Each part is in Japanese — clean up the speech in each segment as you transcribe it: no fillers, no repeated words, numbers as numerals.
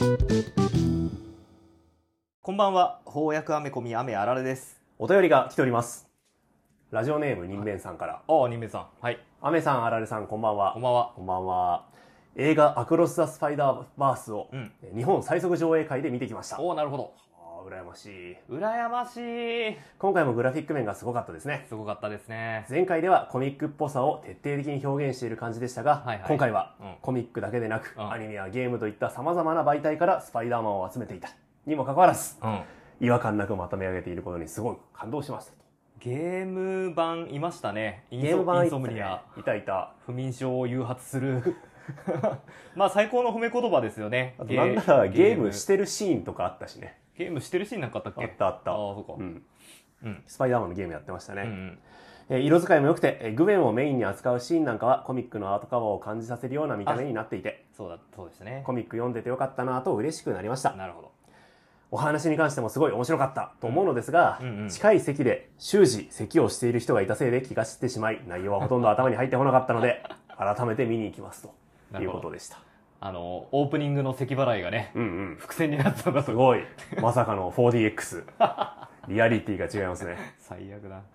こんばんは、翻訳アメコミ雨あられです。 お便りが来ております。ラジオネーム人弁さんから。 ああ、人弁さん。はい。 雨さん、あられさん、こんばんは。 こんばんは。 こんばんは。映画アクロス・ザ・スパイダーバースを、日本最速上映会で見てきました。 おお、なるほど。 羨ましい。 羨ましい。 今回もグラフィック面がすごかったですね。 すごかったですね。 前回ではコミックっぽさを徹底的に表現している感じでしたが、今回は、コミックだけでなく、アニメやゲームといった様々な媒体からスパイダーマンを集めていたにもかかわらず、違和感なくまとめ上げていることにすごい感動しましたと。 ゲーム版いましたね。 ゲーム版インソムニア。 いた。 不眠症を誘発する。まあ最高の褒め言葉ですよね。 あとなんならゲームしてるシーンとかあったしね。 ゲームしてるシーンなんかあったっけ？ あった。 ああ、そうか。 スパイダーマンのゲームやってましたね。色使いも良くて、グウェンをメインに扱うシーンなんかはコミックのアートカバーを感じさせるような見た目になっていて、 そうですね。 コミック読んでてよかったなと嬉しくなりました。 なるほど。 お話に関してもすごい面白かったと思うのですが、近い席で終始咳をしている人がいたせいで気が散ってしまい、内容はほとんど頭に入ってこなかったので、改めて見に行きますということでした。 オープニングの咳払いがね、伏線になってたんだと。 すごい。まさかの 4DX。リアリティが違いますね。 最悪だ。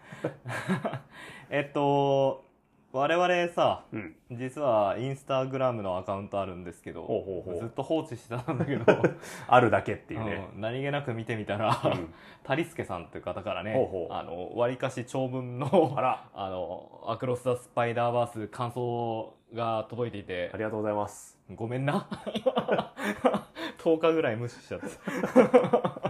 我々さ、実はインスタグラムのアカウントあるんですけど、ずっと放置してたんだけど、 あるだけっていうね。 何気なく見てみたら、タリスケさんという方からね、わりかし長文の、アクロス・ザ・スパイダーバース感想が届いていて、 ありがとうございます。 ごめんな。10日ぐらい無視しちゃった。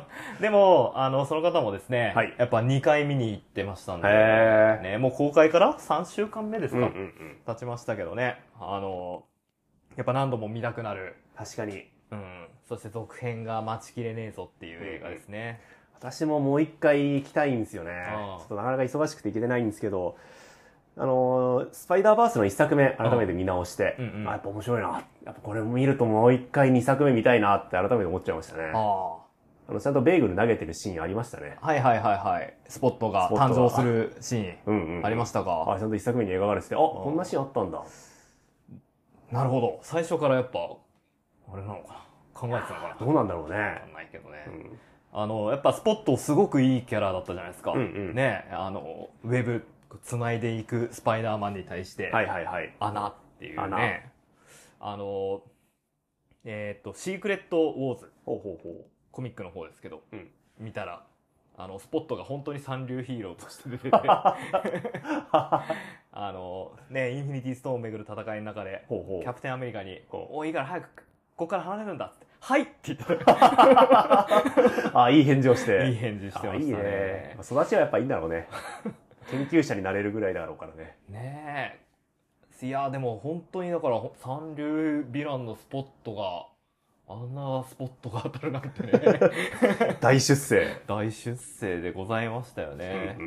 でも、その方もですね、やっぱ2回見に行ってましたんで、ね、もう公開から3週間目ですか、経ちましたけどね、やっぱ何度も見たくなる。 確かに。 そして続編が待ちきれねえぞっていう映画ですね。 私ももう一回行きたいんですよね。ちょっとなかなか忙しくて行けてないんですけど、スパイダーバースの1作目改めて見直して、やっぱ面白いな。やっぱこれ見るともう一回2作目見たいなって改めて思っちゃいましたね。ちゃんとベーグル投げてるシーンありましたね。 はい。スポットが誕生するシーンありましたか。 ちゃんと1作目に描かれてて、こんなシーンあったんだ。 なるほど。最初からやっぱ、あれなのかな。考えてたのかな。 どうなんだろうね。 わかんないけどね。やっぱスポットすごくいいキャラだったじゃないですか。ね、ウェブ繋いでいくスパイダーマンに対して、穴っていうね。シークレットウォーズ。コミックの方ですけど、見たら、スポットが本当に三流ヒーローとして出てて、ね、インフィニティストーンを巡る戦いの中で、キャプテンアメリカに、いいから早く、ここから離れるんだって、はいって言ったいい返事をして。 いい返事してましたね。いいね。 育ちはやっぱいいんだろうね。研究者になれるぐらいだろうからね。 ねえ。いや、でも本当にだから、三流ヴィランのスポットが、あんなスポットが当たるなんてね。 大出世。 大出世でございましたよね。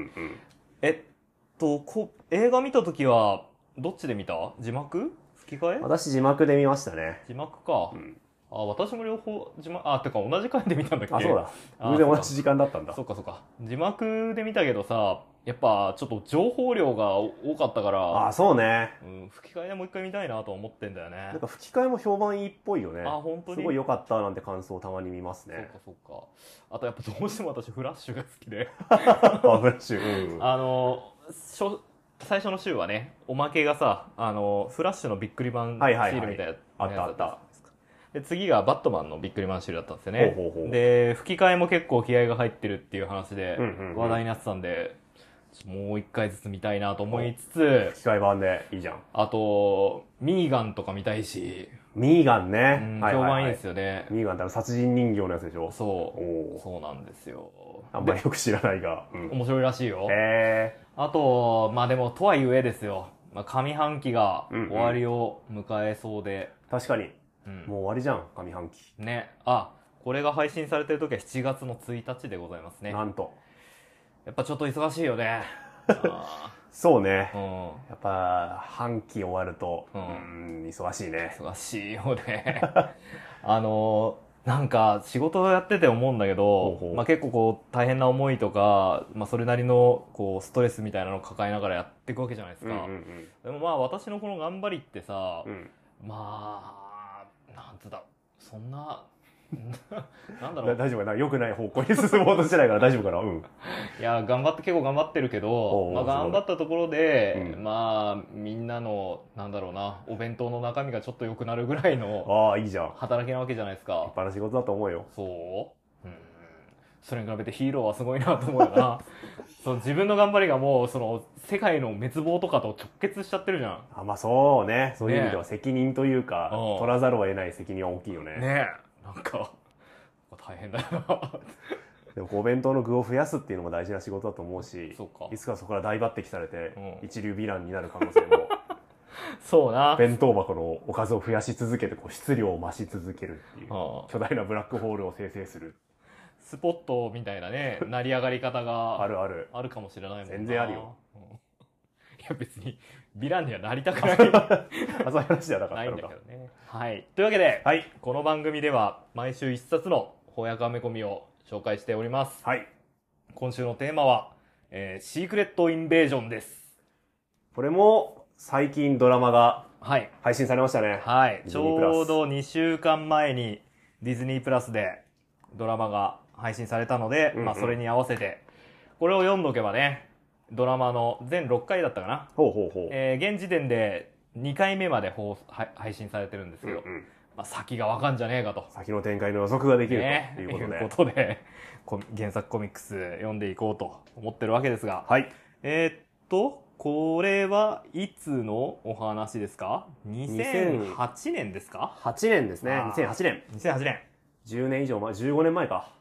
映画見たときは、どっちで見た？字幕？吹き替え？ 私字幕で見ましたね。 字幕か。私も両方てか同じ回で見たんだっけ？ そうだ。偶然同じ時間だったんだ。 そうか。字幕で見たけどさ、やっぱちょっと情報量が多かったから。 そうね。 吹き替えでもう一回見たいなと思ってんだよね。 なんか吹き替えも評判いいっぽいよね。 本当に？ すごい良かったなんて感想をたまに見ますね。 そうか。あとやっぱどうしても私フラッシュが好きで。 フラッシュ。 最初の週はね、おまけがさ、フラッシュのびっくりマンシールみたいなやつあった。 で、次がバットマンのびっくりマンシールだったんですよね。で、吹き替えも結構気合が入ってるっていう話で話題になってたんで、もう一回ずつ見たいなと思いつつ、 吹き替え版でいいじゃん。 あと、ミーガンとか見たいし。 ミーガンね。 評判いいですよね。 ミーガンって殺人人形のやつでしょ？ そうなんですよ。 あんまりよく知らないが。 面白いらしいよ。あと、でも、とはいえですよ。上半期が終わりを迎えそうで。 確かに。もう終わりじゃん、上半期。 ね。これが配信されてる時は7月の1日でございますね。 なんと。 やっぱちょっと忙しいよね。 そうね。やっぱ、半期終わると、忙しいね。 忙しいよね。なんか仕事をやってて思うんだけど、結構こう大変な思いとか、それなりのこうストレスみたいなのを抱えながらやっていくわけじゃないですか。でも私のこの頑張りってさ、なんつうんだろう、そんななんだろう。 大丈夫かな、良くない方向に進もうとしてないから大丈夫かな。うん。 いや、結構頑張ってるけど、まあ頑張ったところで、まあ、みんなの、なんだろうな、お弁当の中身がちょっと良くなるぐらいの、 ああ、いいじゃん。 働きなわけじゃないですか。 立派な仕事だと思うよ。 そう。それに比べてヒーローはすごいなと思うよな。そう、自分の頑張りがもう、世界の滅亡とかと直結しちゃってるじゃん。 あ、まあそうね。そういう意味では責任というか、取らざるを得ない責任は大きいよね。 ねえ。なんか、大変だよな。 でもお弁当の具を増やすっていうのも大事な仕事だと思うし、 そうか。 いつかそこから大抜擢されて、一流ヴィランになる可能性も。 そうな。 弁当箱のおかずを増やし続けて、質量を増し続けるっていう、巨大なブラックホールを生成する。 スポットみたいなね、成り上がり方があるかもしれないもんな。 全然あるよ。 いや別に、ヴィランにはなりたくない。 そういう話じゃなかったのか。 ないんだけどね。はい。というわけで、 はい、 この番組では毎週一冊の翻訳アメコミを紹介しております。 はい。 今週のテーマは、シークレットインベージョンです。 これも最近ドラマが配信されましたね。 はい。ちょうど2週間前にディズニープラスでドラマが配信されたので、まあそれに合わせて、これを読んどけばね、ドラマの全6回だったかな。現時点で2回目まで配信されてるんですけど、まあ先がわかんじゃねえかと。 先の展開の予測ができるということで、 原作コミックス読んでいこうと思ってるわけですが、 はい。 これはいつのお話ですか？ 2008 年ですか ？8年ですね。2008年。 2008年。 10年以上前、15年前か。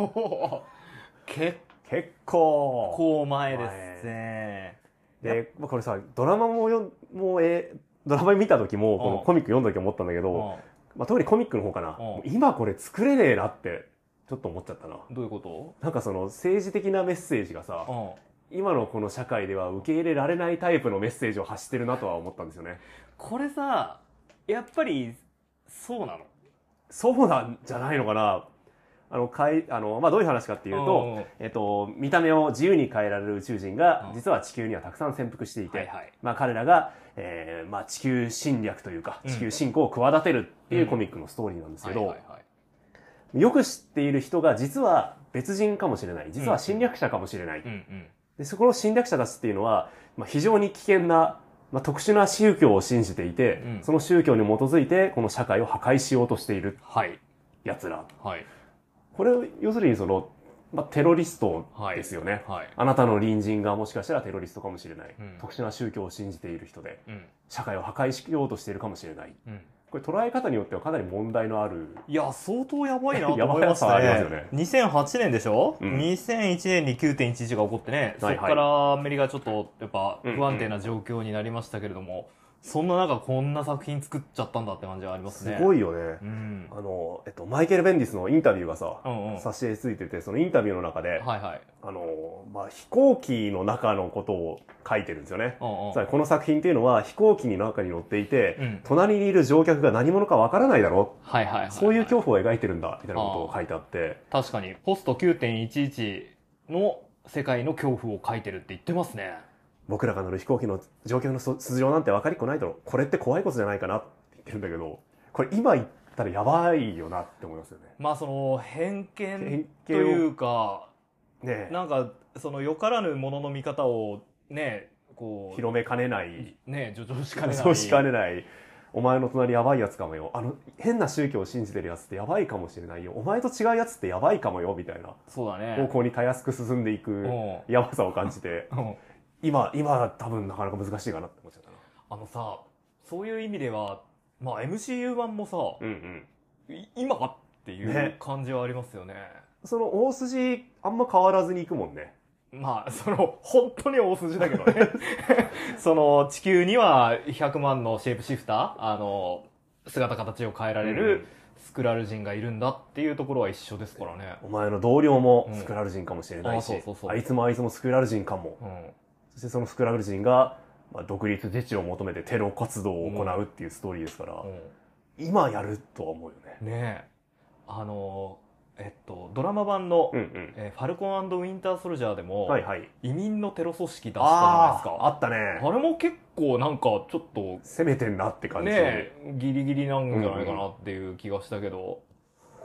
結構前ですね。 で、これさ、ドラマドラマ見た時も、このコミック読んだ時思ったんだけど、まあ、特にコミックの方かな。今これ作れねえなって、ちょっと思っちゃったな。 どういうこと？ なんか政治的なメッセージがさ、今のこの社会では受け入れられないタイプのメッセージを発してるなとは思ったんですよね。 これさ、やっぱり、そうなの？ そうなんじゃないのかな。まあ、どういう話かっていうと、見た目を自由に変えられる宇宙人が、実は地球にはたくさん潜伏していて、まあ、彼らが、まあ、地球侵略というか、地球侵攻を企てるっていうコミックのストーリーなんですけど、よく知っている人が実は別人かもしれない。実は侵略者かもしれない。で、そこの侵略者たちっていうのは、まあ、非常に危険な、まあ、特殊な宗教を信じていて、その宗教に基づいてこの社会を破壊しようとしている奴ら。これ、要するにまあ、テロリストですよね。あなたの隣人がもしかしたらテロリストかもしれない。特殊な宗教を信じている人で、社会を破壊しようとしているかもしれない。これ捉え方によってはかなり問題のある。 いや、相当やばいなと思いましたね。やばいさありますよね。2008年でしょ、2001年に 9.11 が起こってね、そこからアメリカちょっとやっぱ不安定な状況になりましたけれども、そんな中こんな作品作っちゃったんだって感じはありますね。 すごいよね。マイケル・ベンディスのインタビューがさ、挿絵ついてて、そのインタビューの中で、まあ、飛行機の中のことを書いてるんですよね。この作品っていうのは飛行機の中に乗っていて、隣にいる乗客が何者かわからないだろ。そういう恐怖を描いてるんだ、みたいなことを書いてあって。 確かに、ポスト 9.11 の世界の恐怖を書いてるって言ってますね。 僕らが乗る飛行機の乗客の素性なんて分かりっこないだろ。これって怖いことじゃないかなって言ってるんだけど、これ今言ったらやばいよなって思いますよね。 まあ偏見というか、 ね、 なんかよからぬものの見方をね、 広めかねない。 ね、助長しかねない。 助長しかねない。お前の隣やばいやつかもよ。変な宗教を信じてるやつってやばいかもしれないよ。お前と違うやつってやばいかもよ、みたいな。 そうだね。 方向にたやすく進んでいくやばさを感じて。今多分なかなか難しいかなって思っちゃったな。 さ、そういう意味では、まあ MCU 版もさ、今っていう感じはありますよね。 大筋あんま変わらずにいくもんね。 まあ、本当に大筋だけどね。地球には100万のシェイプシフター、姿形を変えられるスクラル人がいるんだっていうところは一緒ですからね。 お前の同僚もスクラル人かもしれないし、あいつもスクラル人かも。そしてそのスクラル人が、まあ、独立自治を求めてテロ活動を行うっていうストーリーですから、今やるとは思うよね。 ねえ。ドラマ版の、ファルコン&ウィンターソルジャーでも、移民のテロ組織出したじゃないですか。 あったね。 あれも結構なんかちょっと攻めてんなって感じね、ギリギリなんじゃないかなっていう気がしたけど、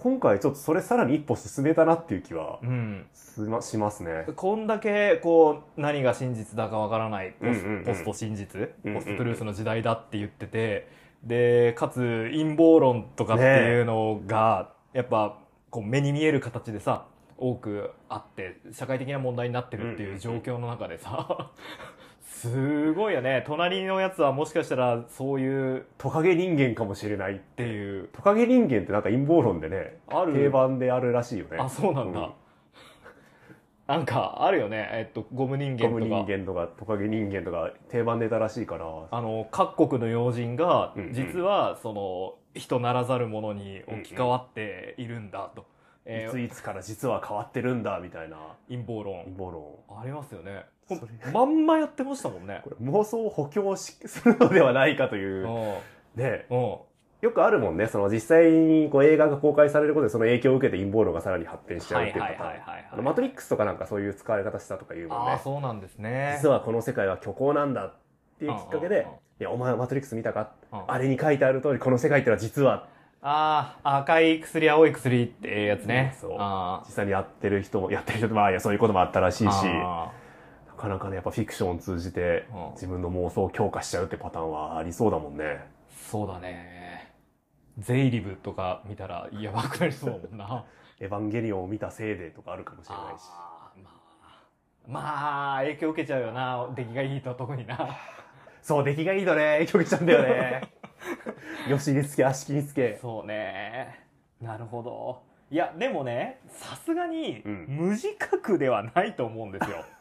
今回ちょっとそれさらに一歩進めたなっていう気はしますね。 こんだけこう何が真実だかわからないポスト真実、ポストトゥルースの時代だって言ってて、でかつ陰謀論とかっていうのがやっぱこう目に見える形でさ多くあって社会的な問題になってるっていう状況の中でさ、すごいよね。隣のやつはもしかしたらそういうトカゲ人間かもしれないっていう。 トカゲ人間ってなんか陰謀論でね、定番であるらしいよね。 あ、そうなんだ。なんかあるよね。ゴム人間とか。 ゴム人間とかトカゲ人間とか定番ネタらしいから。 各国の要人が実はその人ならざる者に置き換わっているんだと。 いついつから実は変わってるんだみたいな陰謀論ありますよね。 まんまやってましたもんね。 これ妄想を補強するのではないかというね、よくあるもんね。その実際にこう映画が公開されることでその影響を受けて陰謀論がさらに発展しちゃうっていうパターン。マトリックスとかなんかそういう使われ方したとか言うもんね。 あ、そうなんですね。 実はこの世界は虚構なんだっていうきっかけで、いやお前はマトリックス見たか、あれに書いてある通りこの世界ってのは実は、 赤い薬青い薬ってやつね。 そう。実際にやってる人もいやそういうこともあったらしいし、なかなかねやっぱフィクションを通じて自分の妄想を強化しちゃうってパターンはありそうだもんね。 そうだね。ゼイリブとか見たらやばくなりそうだもんな。 エヴァンゲリオンを見たせいでとかあるかもしれないし。 まあ影響受けちゃうよな。出来がいいと特にな。 そう出来がいいとね影響受けちゃうんだよね。よしにつけ、あしきにつけ。 そうね。なるほど。いや、でもね、さすがに、無自覚ではないと思うんですよ。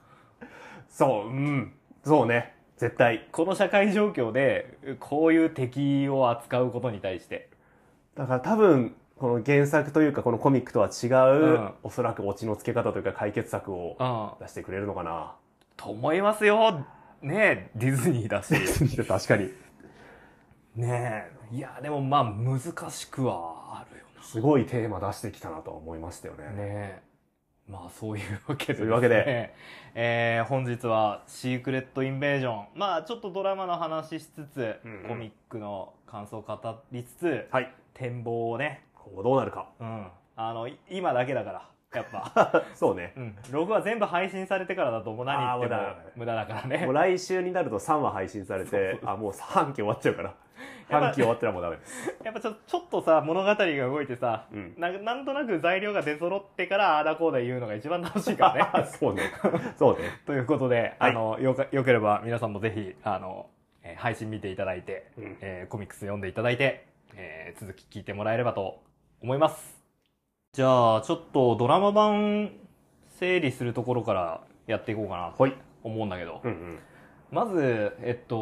そうね。絶対。 この社会状況で、こういう敵を扱うことに対して。 だから多分、この原作というか、このコミックとは違う、おそらくオチのつけ方というか解決策を出してくれるのかな。 と思いますよ。ねえ、ディズニーだし。 確かに。 ねえ。いや、でもまあ難しくはあるよな。 すごいテーマ出してきたなと思いましたよね。 ねえ。まあそういうわけで、 というわけで、 本日はシークレットインベージョン。まあちょっとドラマの話しつつ、コミックの感想を語りつつ、展望をね。 今後どうなるか。 今だけだから。やっぱ。 そうね。 ログは全部配信されてからだともう何言っても無駄だからね。 もう来週になると3話配信されて、もう半期終わっちゃうから。半期終わったらもうダメです。 やっぱちょっとさ、物語が動いてさ、なんとなく材料が出揃ってからあーだこうだ言うのが一番楽しいからね。 そうね。そうね。 ということで、よければ皆さんもぜひ、配信見ていただいて、コミックス読んでいただいて、続き聞いてもらえればと思います。じゃあ、ちょっとドラマ版整理するところからやっていこうかなと思うんだけど、まず、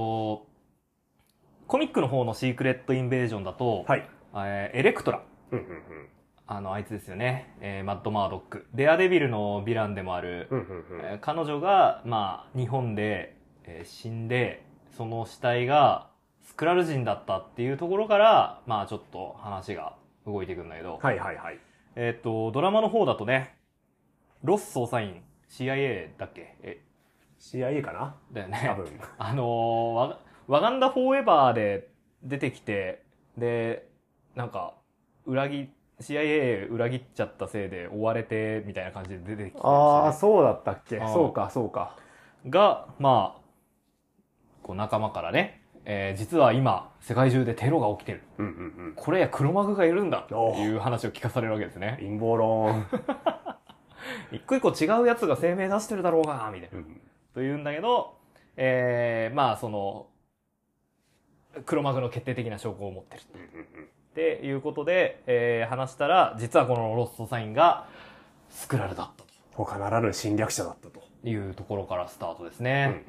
コミックの方のシークレットインベージョンだと、エレクトラ。あいつですよね。マッドマードック。デアデビルのヴィランでもある、彼女が、まあ、日本で、死んで、その死体がスクラル人だったっていうところから、まあちょっと話が動いていくんだけど、ドラマの方だとね、ロス捜査員、CIA だっけ CIA かなだよね。 多分。 ワガンダフォーエバーで出てきて、で、なんか、CIA 裏切っちゃったせいで追われて、みたいな感じで出てきて、 ああ、そうだったっけ。そうか。 が、まあ、こう仲間からね、実は今、世界中でテロが起きてる。これや黒幕がいるんだっていう話を聞かされるわけですね。 陰謀論。 一個一個違うやつが声明出してるだろうが、みたいな。というんだけど、まあその、黒幕の決定的な証拠を持ってる。っていうことで、話したら、実はこのロストサインがスクラルだったと。 他ならぬ侵略者だったと。 いうところからスタートですね。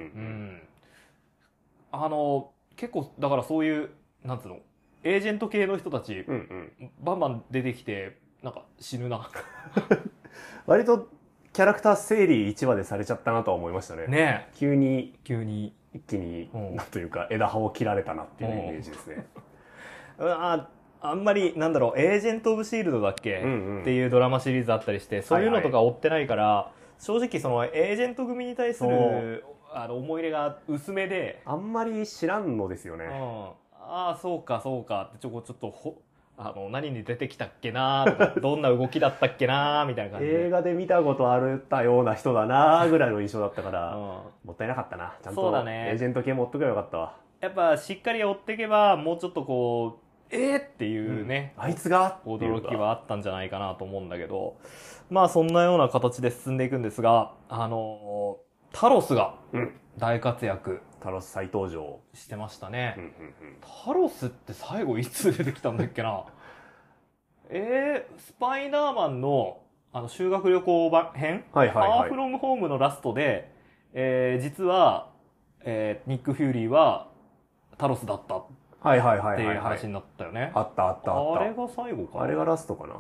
結構、だからそういう、なんつうの、エージェント系の人たち、バンバン出てきて、なんか死ぬな。 割とキャラクター整理1話でされちゃったなとは思いましたね。 ねえ。 急に一気に、なんというか枝葉を切られたなっていうイメージですね。 あんまり、なんだろう、エージェント・オブ・シールドだっけ、っていうドラマシリーズあったりして、そういうのとか追ってないから、正直そのエージェント組に対する思い入れが薄めで。 あんまり知らんのですよね。 ああ、そうかってちょっと何に出てきたっけなとか、どんな動きだったっけなみたいな感じで。 映画で見たことあったような人だなぐらいの印象だったから、もったいなかったな。ちゃんとエージェント系持っとけばよかったわ。 やっぱしっかり追っていけば、もうちょっとこう、っていうね、 あいつが驚きはあったんじゃないかなと思うんだけど、まあそんなような形で進んでいくんですが、タロスが大活躍。 タロス再登場してましたね。タロスって最後いつ出てきたんだっけな。スパイダーマンの修学旅行編、ファーフロムホームのラストで、実は、ニック・フューリーはタロスだったっていう話になったよね。 あった。あれが最後か。 あれがラストかな。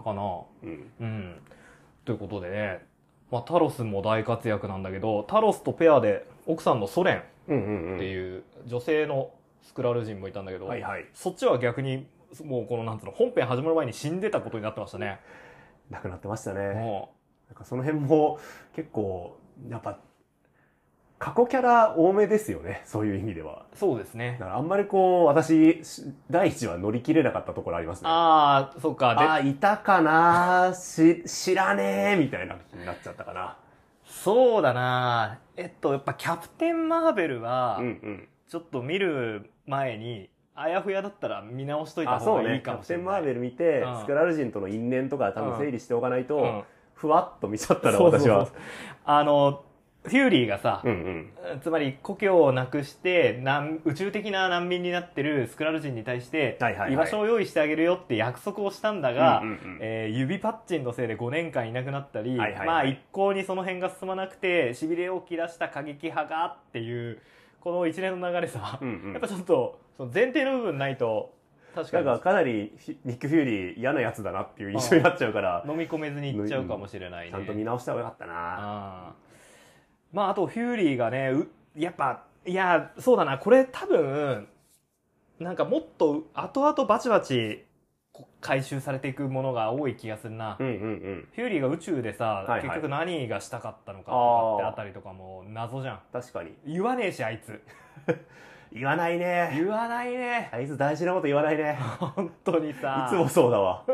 ということでね、まあ、タロスも大活躍なんだけど、タロスとペアで奥さんのソレンっていう女性のスクラル人もいたんだけど、そっちは逆にもうこのなんつうの本編始まる前に死んでたことになってましたね。 亡くなってましたね。なんかその辺も結構やっぱ過去キャラ多めですよね、そういう意味では。 そうですね。 だからあんまりこう私第一話乗り切れなかったところありますね。 ああ、そうか。 いたかな知らねえみたいな気になっちゃったかな。 そうだな。やっぱキャプテンマーベルはちょっと見る前にあやふやだったら見直しといた方がいいかもしれない。 キャプテンマーベル見て、スクラル人との因縁とか多分整理しておかないと、ふわっと見ちゃったら私は。 フューリーがさ、つまり故郷をなくして宇宙的な難民になってるスクラル人に対して居場所を用意してあげるよって約束をしたんだが、指パッチンのせいで5年間いなくなったり、まあ一向にその辺が進まなくて痺れを切らした過激派がっていうこの一連の流れさ、やっぱちょっとその前提の部分ないと確かになんかかなりニック・フューリー嫌なやつだなっていう印象になっちゃうから飲み込めずにいっちゃうかもしれないね。 ちゃんと見直した方がよかったな。 まああとフューリーがねやっぱいやそうだな、これ多分なんかもっと後々バチバチ回収されていくものが多い気がするな。フューリーが宇宙でさ、結局何がしたかったのかとかってあたりとかも謎じゃん。 確かに言わねえしあいつ言わないね。 言わないね。 あいつ大事なこと言わないね。 本当にさ。 いつもそうだわ。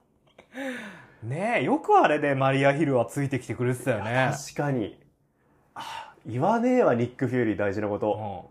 ねえ、よくあれでマリア・ヒルはついてきてくれてたよね。 確かに。言わねえわ、ニック・フューリー大事なこと。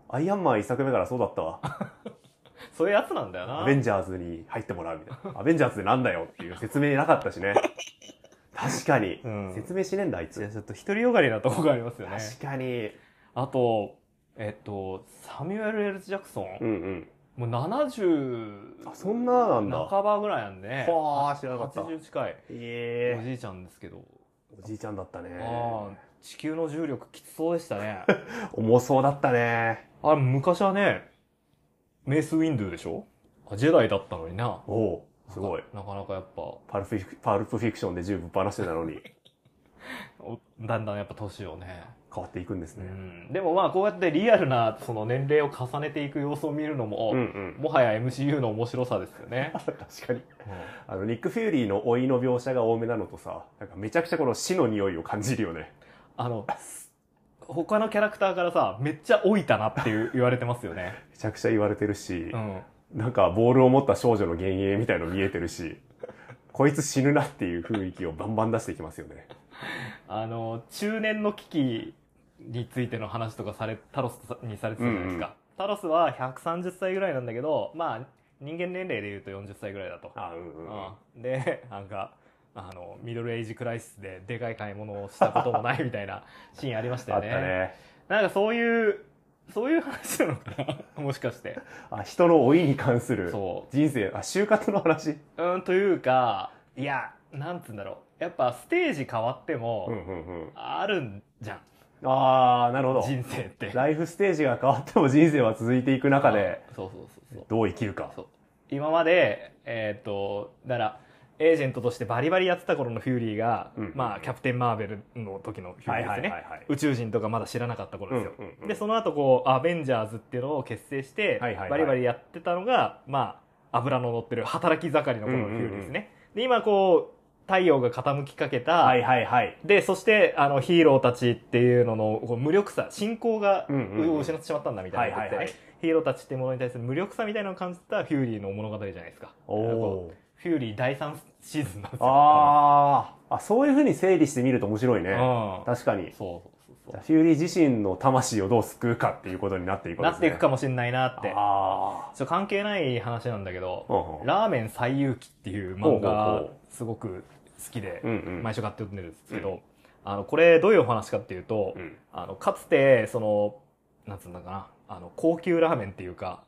アイアンマン一作目からそうだったわ。 そういうやつなんだよな。 アベンジャーズに入ってもらうみたいな。アベンジャーズでなんだよっていう説明なかったしね。確かに。説明しねえんだ、あいつ。 ちょっと独りよがりなとこがありますよね。 確かに。 あと、サミュエル・L. ジャクソン。もう70、 そんななんだ。 半ばぐらいなんでね。 知らなかった。 80近い。おじいちゃんですけど。 おじいちゃんだったね。 地球の重力きつそうでしたね。 重そうだったね。 昔はね、メイス・ウィンドゥでしょ？ジェダイだったのにな。 すごい。 なかなかやっぱ。 パルプフィクションで銃ぶっ放してたのに。 だんだんやっぱ年をね。 変わっていくんですね。 でもまあこうやってリアルなその年齢を重ねていく様子を見るのも、もはや MCU の面白さですよね。 確かに。ニック・フューリーの老いの描写が多めなのとさ、なんかめちゃくちゃこの死の匂いを感じるよね。 他のキャラクターからさ、めっちゃ老いたなって言われてますよね。 めちゃくちゃ言われてるし、なんかボールを持った少女の幻影みたいの見えてるし、こいつ死ぬなっていう雰囲気をバンバン出していきますよね。 中年の危機についての話とかタロスにされてたじゃないですか。タロスは130歳ぐらいなんだけど、まあ、人間年齢で言うと40歳ぐらいだと。で、なんか、ミドルエイジクライシスででかい買い物をしたこともないみたいなシーンありましたよね。 あったね。 なんかそういう話なのかなもしかして。 人の老いに関する人生、就活の話というか、いや、なんつうんだろう。やっぱステージ変わっても、あるんじゃん。 なるほど。 人生って。 ライフステージが変わっても人生は続いていく中で、どう生きるか。 今まで、だから、エージェントとしてバリバリやってた頃のフューリーが、まあ、キャプテン・マーベルの時のフューリーですね。宇宙人とかまだ知らなかった頃ですよ。で、その後こう、アベンジャーズっていうのを結成して、バリバリやってたのが、まあ、油の乗ってる働き盛りの頃のフューリーですね。で、今こう、太陽が傾きかけた、で、そして、ヒーローたちっていうのの無力さ、信仰が失ってしまったんだみたいなことで、ヒーローたちっていうものに対する無力さみたいなのを感じたフューリーの物語じゃないですか。フフューリー第3シーズンなんですよ。 あ、そういう風に整理してみると面白いね。確かに。そうフューリー自身の魂をどう救うかっていうことになっていくわけですね。 なっていくかもしれないなって。関係ない話なんだけど、ラーメン最遊記っていう漫画すごく好きで、毎週買って読んでるんですけど、これどういうお話かっていうと、かつて、なんつうんだかな、高級ラーメンっていうか、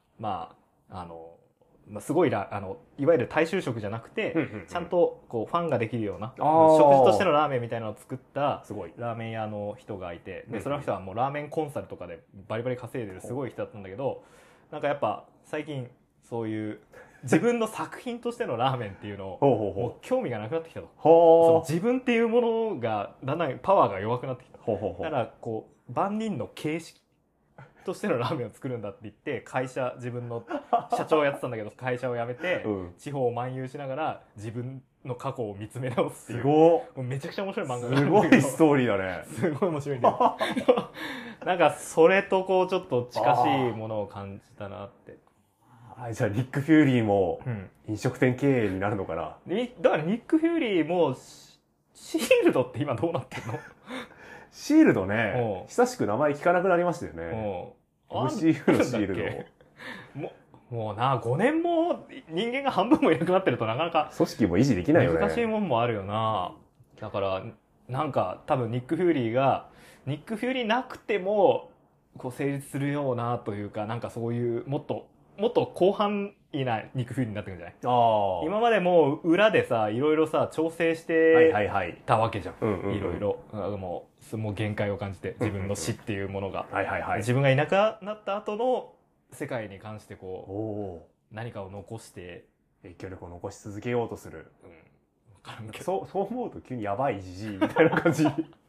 すごいいわゆる大衆食じゃなくて、ちゃんとこうファンができるような、食事としてのラーメンみたいなのを作ったラーメン屋の人がいて、で、その人はもうラーメンコンサルとかでバリバリ稼いでるすごい人だったんだけど、なんかやっぱ最近そういう自分の作品としてのラーメンっていうのをもう興味がなくなってきたと。自分っていうものがだんだんパワーが弱くなってきた。だからこう万人の形式としてのラーメンを作るんだって言って自分の社長をやってたんだけど会社を辞めて、地方を漫遊しながら自分の過去を見つめ直すっていう、もうめちゃくちゃ面白い漫画がすごいストーリーだね。 すごい面白いんだよ。なんかそれとこうちょっと近しいものを感じたなって。 じゃあニック・フューリーも飲食店経営になるのかな。 だからニック・フューリーもシールドって今どうなってんの？ シールドね、久しく名前聞かなくなりましたよね。MCU のシールド。もうな、5年も人間が半分もいなくなってるとなかなか。 組織も維持できないよね。 難しいもんもあるよな。だから、なんか多分ニック・フューリーなくても、こう成立するようなというか、なんかそういう、もっと広範囲なニック・フューリーになってくるんじゃない？今までもう裏でさ、いろいろさ、調整してたわけじゃん。いろいろ。もう限界を感じて、自分の死っていうものが。自分がいなくなった後の世界に関してこう、何かを残して、 影響力を残し続けようとする。そう思うと急にやばいじじいみたいな感じ。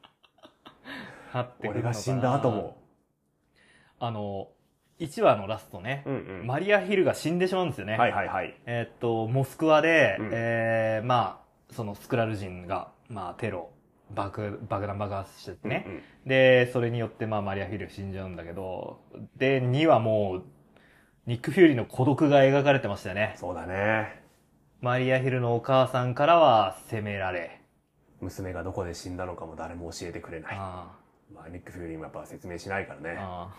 俺が死んだ後も。 1話のラストね、マリア・ヒルが死んでしまうんですよね。モスクワで、そのスクラル人が、テロ、爆弾爆発しててね。で、それによってマリア・ヒル死んじゃうんだけど、で、2はもう、ニック・フューリーの孤独が描かれてましたよね。 そうだね。 マリア・ヒルのお母さんからは責められ。 娘がどこで死んだのかも誰も教えてくれない。ニック・フューリーもやっぱ説明しないからね。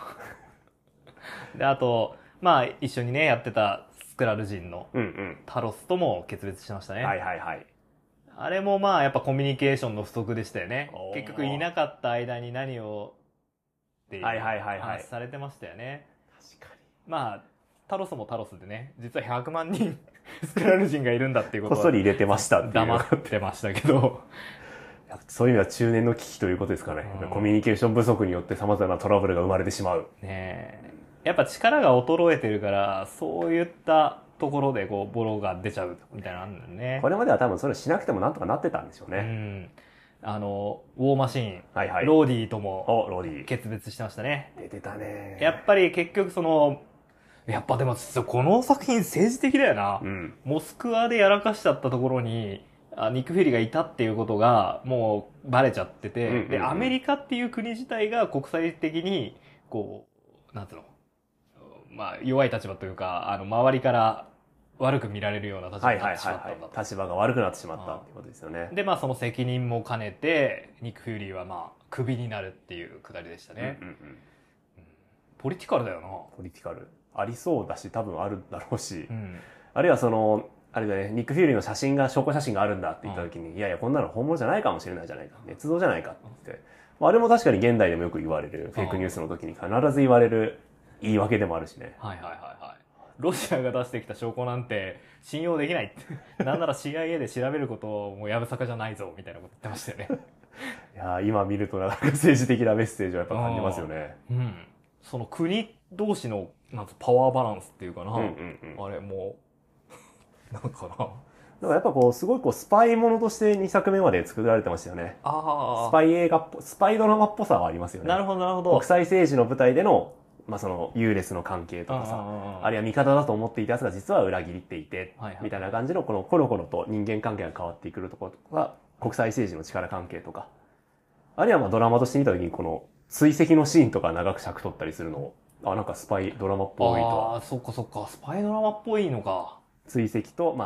で、あと、一緒にね、やってたスクラル人のタロスとも決別しましたね。あれもやっぱコミュニケーションの不足でしたよね。結局いなかった間に何をっていう話されてましたよね。 確かに。 タロスもタロスでね、実は100万人スクラル人がいるんだっていうことこっそり入れてましたっていう。 黙ってましたけど。 そういう意味では中年の危機ということですかね。コミュニケーション不足によって様々なトラブルが生まれてしまう。 やっぱ力が衰えてるから、そういったところでボロが出ちゃうみたいなのあるんだよね。 これまでは多分それしなくてもなんとかなってたんでしょうね。 ウォーマシーン、ローディーとも決別してましたね。 出てたね。 やっぱり結局やっぱでもこの作品政治的だよな。モスクワでやらかしちゃったところに、ニック・フューリーがいたっていうことがもうバレちゃってて、で、アメリカっていう国自体が国際的に、なんつうの、弱い立場というか、周りから悪く見られるような立場になってしまったんだと。 立場が悪くなってしまったってことですよね。 で、その責任も兼ねて、ニック・フューリーはクビになるっていうくだりでしたね。ポリティカルだよな。 ポリティカル。ありそうだし、多分あるだろうし。あるいはあれだね、ニック・フューリーの証拠写真があるんだって言った時に、いやいや、こんなの本物じゃないかもしれないじゃないか。捏造じゃないかって言って。あれも確かに現代でもよく言われる、フェイクニュースの時に必ず言われる言い訳でもあるしね。 ロシアが出してきた証拠なんて信用できないって。なんなら CIA で調べることもやぶさかじゃないぞ、みたいなこと言ってましたよね。 いや今見るとなかなか政治的なメッセージはやっぱ感じますよね。 その国同士のパワーバランスっていうかな。あれもう、なんかな。だからやっぱすごいスパイものとして2作目まで作られてましたよね。スパイ映画スパイドラマっぽさはありますよね。 なるほど、なるほど。 国際政治の舞台での、その優劣の関係とかさ、あるいは味方だと思っていたやつが実は裏切っていて、みたいな感じのこのコロコロと人間関係が変わってくるところとか、国際政治の力関係とか、あるいはドラマとして見た時にこの追跡のシーンとか長く尺取ったりするのを、なんかスパイドラマっぽいとは。 そっかそっか、スパイドラマっぽいのか。 追跡と、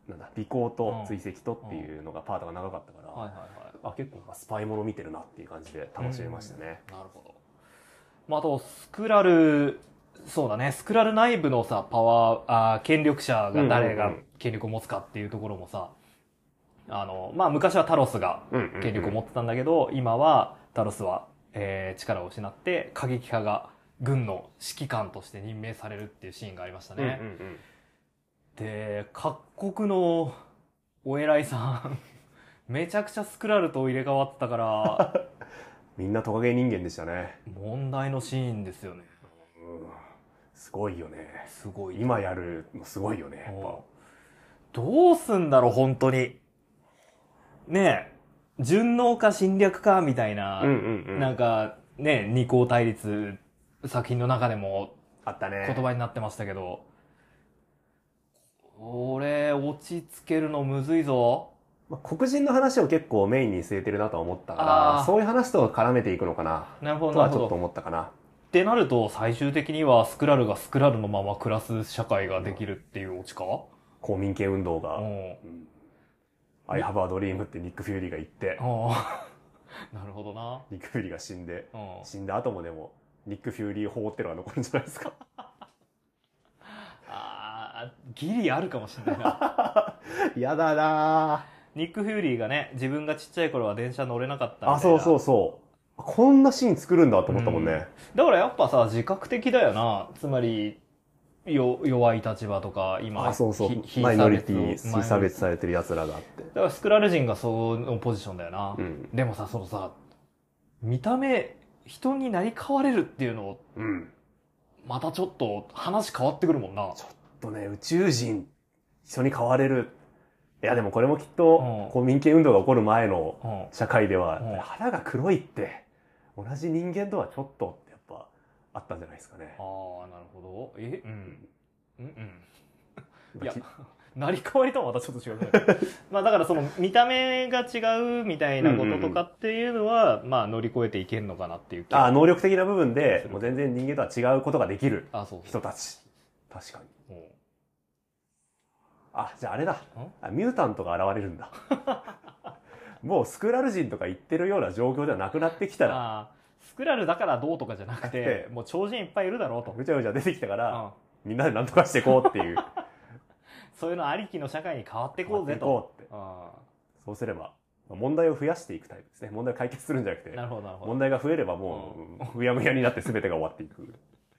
なんだ尾行と追跡とっていうのがパートが長かったから、結構スパイもの見てるなっていう感じで楽しみましたね。 なるほど。まあ、あとスクラル、そうだね、スクラル内部のさパワー、権力者が誰が権力を持つかっていうところもさ、まあ昔はタロスが権力を持ってたんだけど、今はタロスは、力を失って過激派が軍の指揮官として任命されるっていうシーンがありましたね。で、各国のお偉いさんめちゃくちゃスクラルと入れ替わってたからみんなトカゲ人間でしたね。 問題のシーンですよね。 すごいよね。 すごい。 今やるのすごいよね。やっぱどうすんだろう本当に。ねえ、順応か侵略かみたいな、なんかね、二項対立作品の中でもあったね。 言葉になってましたけど、これ落ち着けるのむずいぞ。 黒人の話を結構メインに据えてるなとは思ったから、そういう話と絡めていくのかな。 なるほど。 とはちょっと思ったかな。 ってなると最終的にはスクラルがスクラルのまま暮らす社会ができるっていうオチか？ 公民権運動が。I have a dream ってニック・フューリーが言って。 なるほどな。 ニック・フューリーが死んで、死んだ後もでも、ニック・フューリー法ってのが残るんじゃないですか。 ギリあるかもしれないな。 やだなニック・フューリーがね、自分がちっちゃい頃は電車乗れなかったみたいな。 そう。こんなシーン作るんだと思ったもんね。 だからやっぱさ、自覚的だよな。つまり、弱い立場とか、今、 マイノリティ、非差別されてる奴らがあって。 だからスクラル人がそのポジションだよな。でもさ、そのさ、見た目、人になり変われるっていうのを、またちょっと話変わってくるもんな。 ちょっとね、宇宙人、人に変われる。いやでもこれもきっと、公民権運動が起こる前の社会では、肌が黒いって、同じ人間とはちょっとってやっぱあったんじゃないですかね。 なるほど。いや、なり変わりとはまたちょっと違う。まあだからその見た目が違うみたいなこととかっていうのは、まあ乗り越えていけるのかなっていう気が。 能力的な部分で、もう全然人間とは違うことができる人たち。確かに。じゃああれだ。ミュータントが現れるんだ。もうスクラル人とか言ってるような状況ではなくなってきたら。 スクラルだからどうとかじゃなくて、もう超人いっぱいいるだろうと。 ぐちゃぐちゃ出てきたから、みんなで何とかしていこうっていう。 そういうのありきの社会に変わっていこうぜと。 そうすれば、問題を増やしていくタイプですね。問題を解決するんじゃなくて、問題が増えればもう、うやむやになって全てが終わっていく。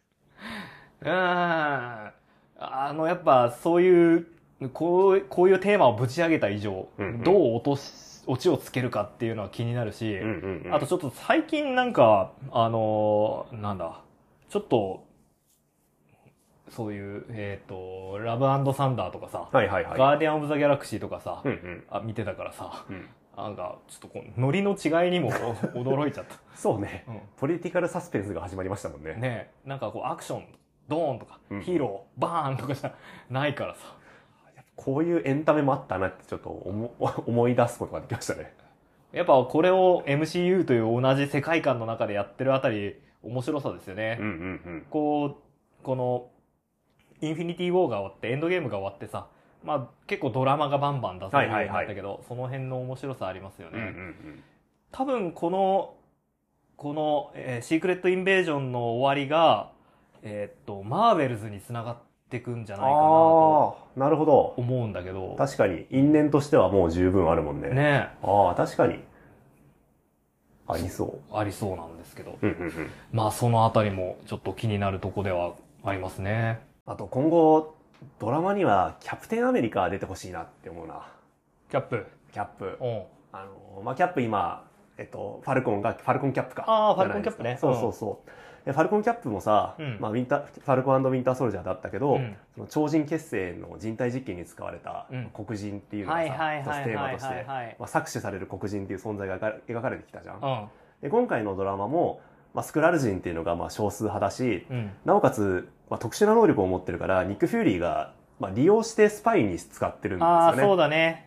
やっぱそういう、こういうテーマをぶち上げた以上、どうオチをつけるかっていうのは気になるし、あとちょっと最近なんか、なんだ、ちょっと、そういう、ラブ&サンダーとかさ、ガーディアン・オブ・ザ・ギャラクシーとかさ、見てたからさ、なんか、ちょっとこう、ノリの違いにも驚いちゃった。 そうね、ポリティカルサスペンスが始まりましたもんね。 ね、なんかこう、アクション、ドーンとか、ヒーロー、バーンとかじゃないからさ。 こういうエンタメもあったなってちょっと思い出すことができましたね。 やっぱこれを MCU という同じ世界観の中でやってるあたり、面白さですよね。この、インフィニティ・ウォーが終わって、エンドゲームが終わってさ、まあ結構ドラマがバンバン出されるようになったけど、その辺の面白さありますよね。多分この、シークレット・インベージョンの終わりが、マーベルズに繋がってくんじゃないかなと。 なるほど。 思うんだけど。 確かに、因縁としてはもう十分あるもんね。 ね確かに。ありそう。 ありそうなんですけど。まあそのあたりもちょっと気になるとこではありますね。 あと今後、ドラマにはキャプテンアメリカ出てほしいなって思うな。 キャップ。 キャップ。まあ、キャップ今、ファルコンキャップか。 ファルコンキャップね。 そうそうそう。ファルコンキャップもさ、まあファルコン&ウィンターソルジャーだったけど、その超人結成の人体実験に使われた黒人っていうのがさ、一つテーマとして、搾取される黒人っていう存在が描かれてきたじゃん。で今回のドラマも、まあ、スクラル人っていうのがまあ少数派だし、なおかつ、まあ、特殊な能力を持ってるから、ニック・フューリーが、まあ、利用してスパイに使ってるんですよね。 そうだね。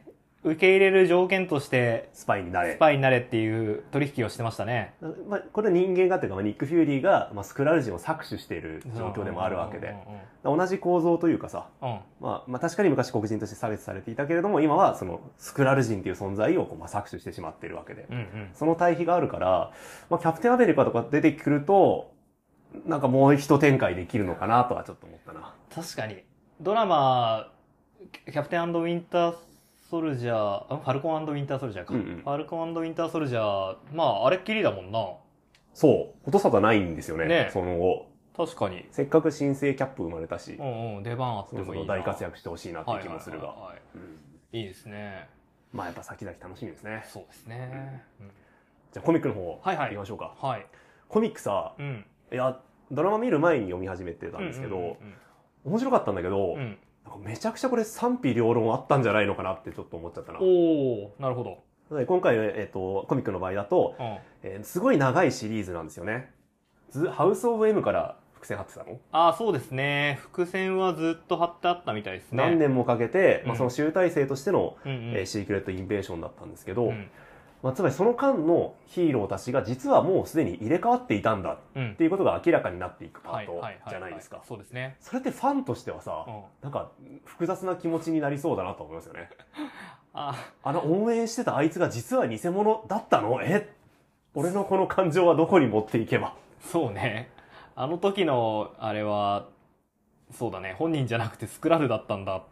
受け入れる条件として、 スパイになれっていう取引をしてましたね。 まあ、これは人間がというか、ニック・フューリーが、まあ、スクラル人を搾取している状況でもあるわけで、同じ構造というかさ、まあ確かに昔黒人として差別されていたけれども、今はそのスクラル人という存在をまあ搾取してしまっているわけで、その対比があるから、まあ、キャプテンアメリカとか出てくると、なんかもう一展開できるのかなとはちょっと思ったな。 確かに。ドラマ、キャプテン&ウィンターソルジャー、ファルコン&ウィンターソルジャーか。ファルコン&ウィンターソルジャー、まあ、あれっきりだもんな。 そう。音沙汰ないんですよね。その後。 確かに。 せっかく新生キャップ生まれたし。 出番あってもいいな。 大活躍してほしいなっていう気もするが。 いいですね。 まあやっぱ先々楽しみですね。 そうですね。 じゃあコミックの方、行きましょうか。コミックさ、いや、ドラマ見る前に読み始めてたんですけど、面白かったんだけど、めちゃくちゃこれ賛否両論あったんじゃないのかなってちょっと思っちゃったな。 なるほど。 今回、コミックの場合だと、すごい長いシリーズなんですよね。ハウス・オブ・エムから伏線貼ってたの？ そうですね。伏線はずっと貼ってあったみたいですね。 何年もかけて、まあ、その集大成としての、シークレット・インベーションだったんですけど、まあ、つまりその間のヒーローたちが実はもうすでに入れ替わっていたんだっていうことが明らかになっていくパートじゃないですか。 そうですね。 それってファンとしてはさ、なんか複雑な気持ちになりそうだなと思いますよね。応援してたあいつが実は偽物だったの？俺のこの感情はどこに持っていけば。 そうね。あの時のあれは、そうだね。本人じゃなくてスクラルだったんだって。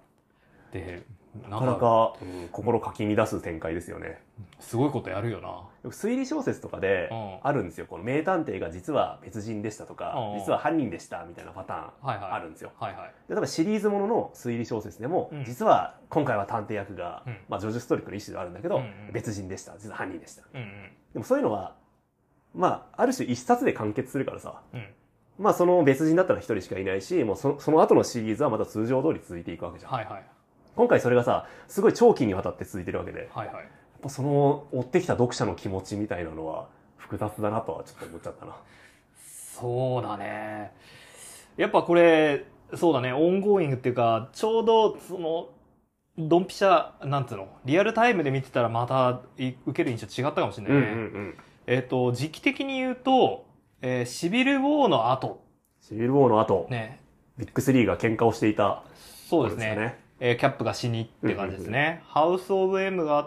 なかなか、心かき乱す展開ですよね。 すごいことやるよな。 よく推理小説とかであるんですよ。この名探偵が実は別人でしたとか、実は犯人でしたみたいなパターンあるんですよ。例えばシリーズものの推理小説でも、実は今回は探偵役が、まあジョージ・ストリックの一種ではあるんだけど、別人でした。実は犯人でした。でもそういうのは、まあある種一冊で完結するからさ、まあその別人だったら一人しかいないし、もうその後のシリーズはまた通常通り続いていくわけじゃん。今回それがさ、すごい長期にわたって続いてるわけで、やっぱその追ってきた読者の気持ちみたいなのは複雑だなとはちょっと思っちゃったな。 そうだね。やっぱこれ、そうだね、オンゴーイングっていうか、ちょうどその、ドンピシャ、なんつうの、リアルタイムで見てたらまた受ける印象違ったかもしれないね。時期的に言うと、シビル・ウォーの後。 シビル・ウォーの後。 ね。 ビッグ3が喧嘩をしていた、 そうですね。キャップが死にって感じですね。ハウス・オブ・エムがあって、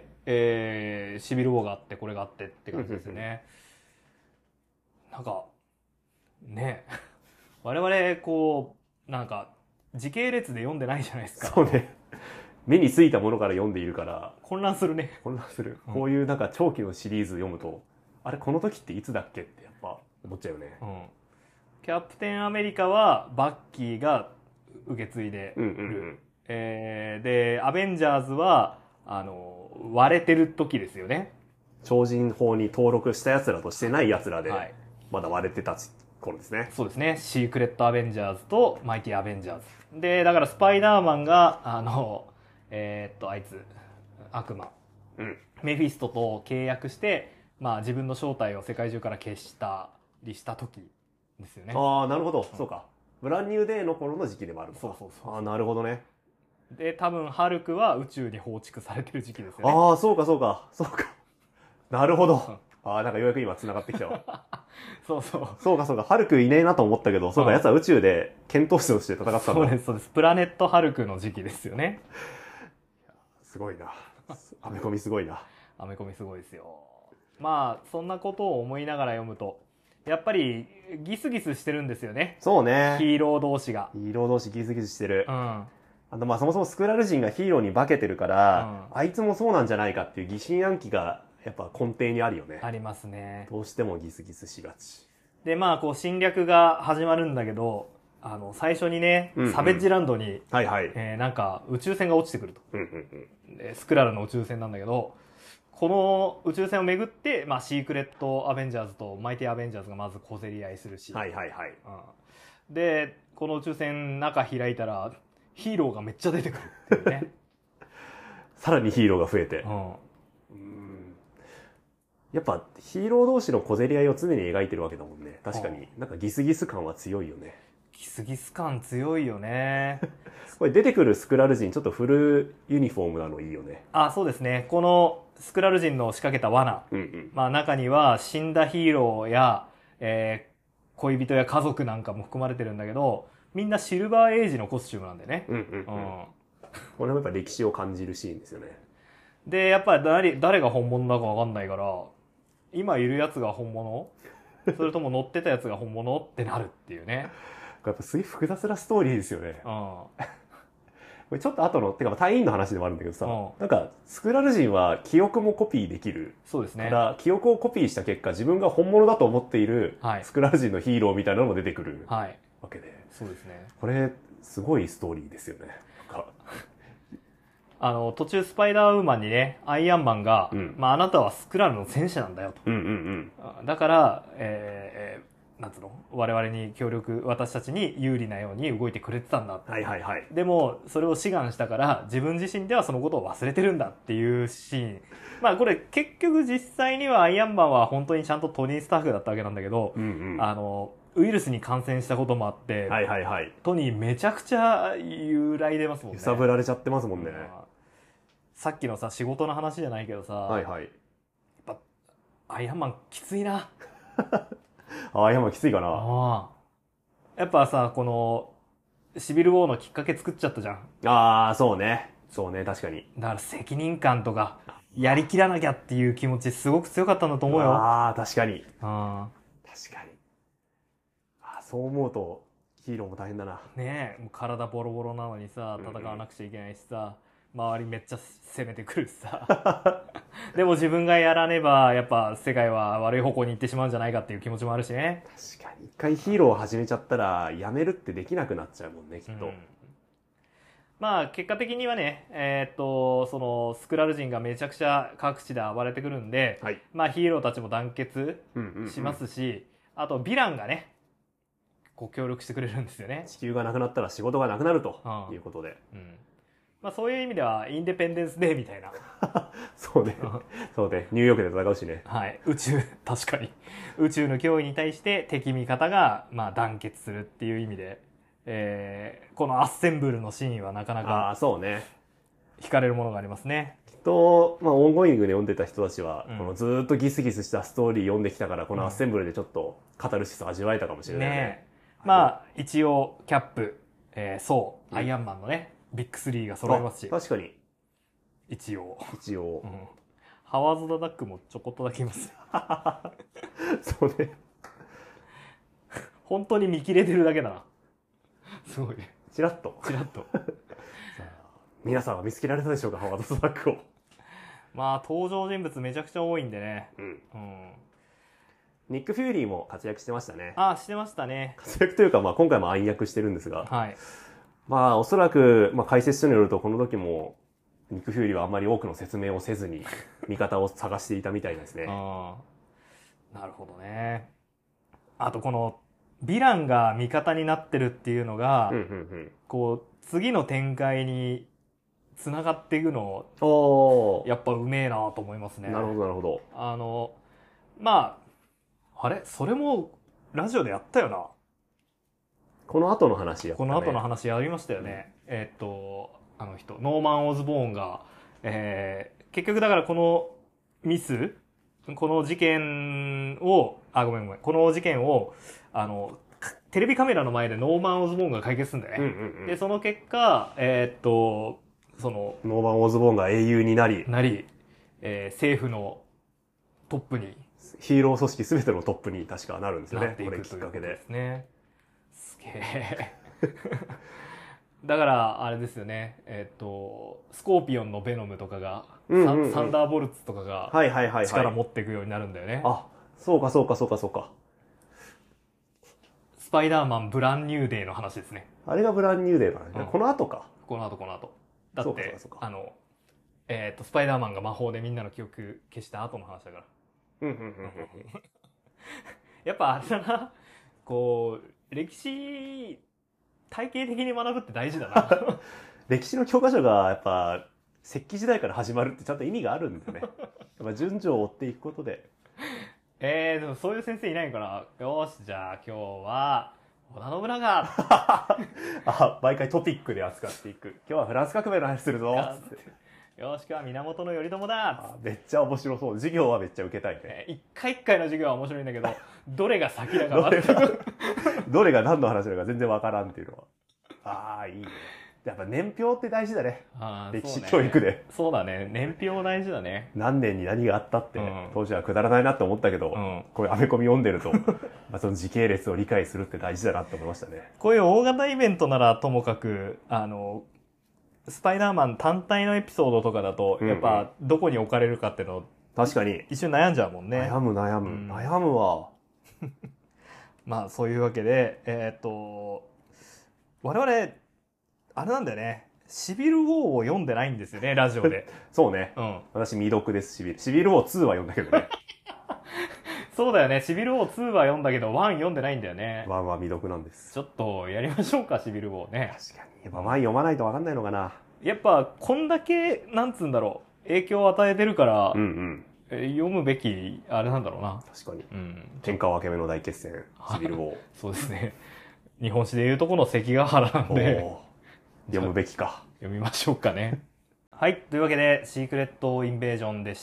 シビル・ウォーがあって、これがあってって感じですね。なんか、ね、我々、こう、なんか、時系列で読んでないじゃないですか。 そうね。目についたものから読んでいるから。 混乱するね。 混乱する。こういうなんか長期のシリーズ読むと、あれ、この時っていつだっけってやっぱ思っちゃうよね。 キャプテンアメリカは、バッキーが受け継いでる。で、アベンジャーズは、割れてる時ですよね。 超人法に登録した奴らとしてない奴らで、まだ割れてた頃ですね。 そうですね。シークレットアベンジャーズとマイティアベンジャーズ。で、だからスパイダーマンが、あいつ、悪魔。メフィストと契約して、まあ自分の正体を世界中から消したりした時ですよね。 ああ、なるほど。そうか。ブランニューデーの頃の時期でもあるのか。そう。ああ、なるほどね。 で、多分、ハルクは宇宙に放逐されてる時期ですよね。 ああ、そうか。なるほど。ああ、なんかようやく今繋がってきたわ。そうか。ハルクいねえなと思ったけど、そうか、奴は宇宙で剣闘士として戦ってたんだ。 そうです。プラネットハルクの時期ですよね。 すごいな。アメコミすごいな。 アメコミすごいですよ。まあ、そんなことを思いながら読むと、やっぱりギスギスしてるんですよね。 そうね。 ヒーロー同士が。 ヒーロー同士ギスギスしてる。まあそもそもスクラル人がヒーローに化けてるから、あいつもそうなんじゃないかっていう疑心暗鬼がやっぱ根底にあるよね。 ありますね。 どうしてもギスギスしがち。 で、まあこう侵略が始まるんだけど、最初にね、サベッジランドに、なんか宇宙船が落ちてくると。でスクラルの宇宙船なんだけど、この宇宙船をめぐって、まあシークレットアベンジャーズとマイティアベンジャーズがまず小競り合いするし。で、この宇宙船中開いたら、ヒーローがめっちゃ出てくるっていうね。 さらにヒーローが増えて。やっぱヒーロー同士の小競り合いを常に描いてるわけだもんね。確かに。なんかギスギス感は強いよね。 ギスギス感強いよね。 これ出てくるスクラル人ちょっとフルユニフォームなのいいよね。 あ、そうですね。このスクラル人の仕掛けた罠、まあ中には死んだヒーローや、恋人や家族なんかも含まれてるんだけど、みんなシルバーエイジのコスチュームなんだよね。 これもやっぱ歴史を感じるシーンですよね。 で、やっぱり誰が本物だかわかんないから、今いるやつが本物それとも乗ってたやつが本物ってなるっていうね。 やっぱすげえ複雑なストーリーですよね。これちょっと後の、てか隊員の話でもあるんだけどさ、なんかスクラル人は記憶もコピーできる。 そうですね。 から、記憶をコピーした結果、自分が本物だと思っているスクラル人のヒーローみたいなのも出てくるわけで。 そうですね。 これ、すごいストーリーですよね。 途中スパイダーウーマンにね、アイアンマンが、まああなたはスクラルの戦士なんだよと。だから、なんつうの我々に私たちに有利なように動いてくれてたんだ。でも、それを志願したから、自分自身ではそのことを忘れてるんだっていうシーン。まあこれ結局実際にはアイアンマンは本当にちゃんとトニー・スタークだったわけなんだけど、ウイルスに感染したこともあって、トニーめちゃくちゃ揺らいでますもんね。 揺さぶられちゃってますもんね。 さっきのさ、仕事の話じゃないけどさ、やっぱ、アイアンマンきついな。 アイアンマンきついかな。 やっぱさ、この、シビルウォーのきっかけ作っちゃったじゃん。 ああ、そうね。そうね、確かに。 だから責任感とか、やりきらなきゃっていう気持ちすごく強かったんだと思うよ。 ああ、確かに。確かに。そう思うと、ヒーローも大変だな。 ねえ、もう体ボロボロなのにさ、戦わなくちゃいけないしさ、周りめっちゃ攻めてくるしさ。でも自分がやらねば、やっぱ世界は悪い方向に行ってしまうんじゃないかっていう気持ちもあるしね。 確かに。一回ヒーローを始めちゃったら、やめるってできなくなっちゃうもんね、きっと。 まあ、結果的にはね、その、スクラル人がめちゃくちゃ各地で暴れてくるんで、まあヒーローたちも団結しますし、あとヴィランがね、こう協力してくれるんですよね。 地球がなくなったら仕事がなくなるということで。 まあそういう意味では、インデペンデンスデーみたいな。 そうね。そうね。ニューヨークで戦うしね。 はい。確かに。宇宙の脅威に対して敵味方が、まあ団結するっていう意味で、このアッセンブルのシーンはなかなか、 そうね。 惹かれるものがありますね。 きっと、まあオンゴーイングで読んでた人たちは、このずーっとギスギスしたストーリー読んできたから、このアッセンブルでちょっとカタルシスを味わえたかもしれないね。 まあ、一応、キャップ、ソー、アイアンマンのね、ビッグ3が揃いますし。 確かに。 一応。ハワード・ザ・ダックもちょこっとだけいます。 そうね。 本当に見切れてるだけだな。すごいね。 チラッと。皆さんは見つけられたでしょうか、ハワード・ザ・ダックを。 まあ、登場人物めちゃくちゃ多いんでね。 ニック・フューリーも活躍してましたね。 してましたね。 活躍というか、まあ今回も暗躍してるんですが。まあおそらく、まあ解説書によるとこの時も、ニック・フューリーはあんまり多くの説明をせずに、味方を探していたみたいですね。 なるほどね。あとこの、ヴィランが味方になってるっていうのが、こう、次の展開に繋がっていくの、やっぱうめえなと思いますね。 なるほど、なるほど。 まあ、あれそれも、ラジオでやったよな。 この後の話やったね。 この後の話やりましたよね。あの人、ノーマン・オズボーンが、結局だからこのミス、この事件を、ごめん。この事件を、テレビカメラの前でノーマン・オズボーンが解決するんだよね。で、その結果、その、 ノーマン・オズボーンが英雄になり、 政府のトップに、 ヒーロー組織すべてのトップに確かなるんですよね。 これきっかけで。ですね。すげえ。だから、あれですよね。スコーピオンのベノムとかが、サンダーボルツとかが、力持っていくようになるんだよね。 そうか。 スパイダーマンブランニューデーの話ですね。 あれがブランニューデーかな。この後か。 この後。だって、スパイダーマンが魔法でみんなの記憶消した後の話だから。やっぱあれだな、こう、歴史、体系的に学ぶって大事だな。 歴史の教科書がやっぱ、石器時代から始まるってちゃんと意味があるんだよね。やっぱ順序を追っていくことで。 でもそういう先生いないから、よし、じゃあ今日は、 織田信長あ、毎回トピックで扱っていく。今日はフランス革命の話するぞつって。 よしくは源頼朝だめっちゃ面白そう。授業はめっちゃ受けたいね。 一回一回の授業は面白いんだけど、どれが先だか全くどれが何の話なのか全然わからんっていうのは。ああ、いいね。やっぱ年表って大事だね。歴史教育で。 そうだね。年表大事だね。 何年に何があったって、当時はくだらないなって思ったけど、こういうアメコミ読んでると、その時系列を理解するって大事だなって思いましたね。 こういう大型イベントならともかく、スパイダーマン単体のエピソードとかだと、やっぱどこに置かれるかっていうのを、確かに。一瞬悩んじゃうもんね。 悩むわ。 まあそういうわけで、我々、あれなんだよね。シビル・ウォーを読んでないんですよね、ラジオで。 そうね。私未読です、シビル・ウォー2は読んだけどね。 そうだよね。シビル・ウォー2は読んだけど、1読んでないんだよね。 1は未読なんです。 ちょっとやりましょうか、シビル・ウォーね。 確かに。やっぱ1読まないと分かんないのかな。 やっぱ、こんだけ、なんつうんだろう、影響を与えてるから、読むべき、あれなんだろうな。 確かに。天下分け目の大決戦、シビル・ウォー。 そうですね。日本史でいうとこの関ヶ原なんで。 読むべきか。 読みましょうかね。はい。というわけで、シークレットインベージョンでした。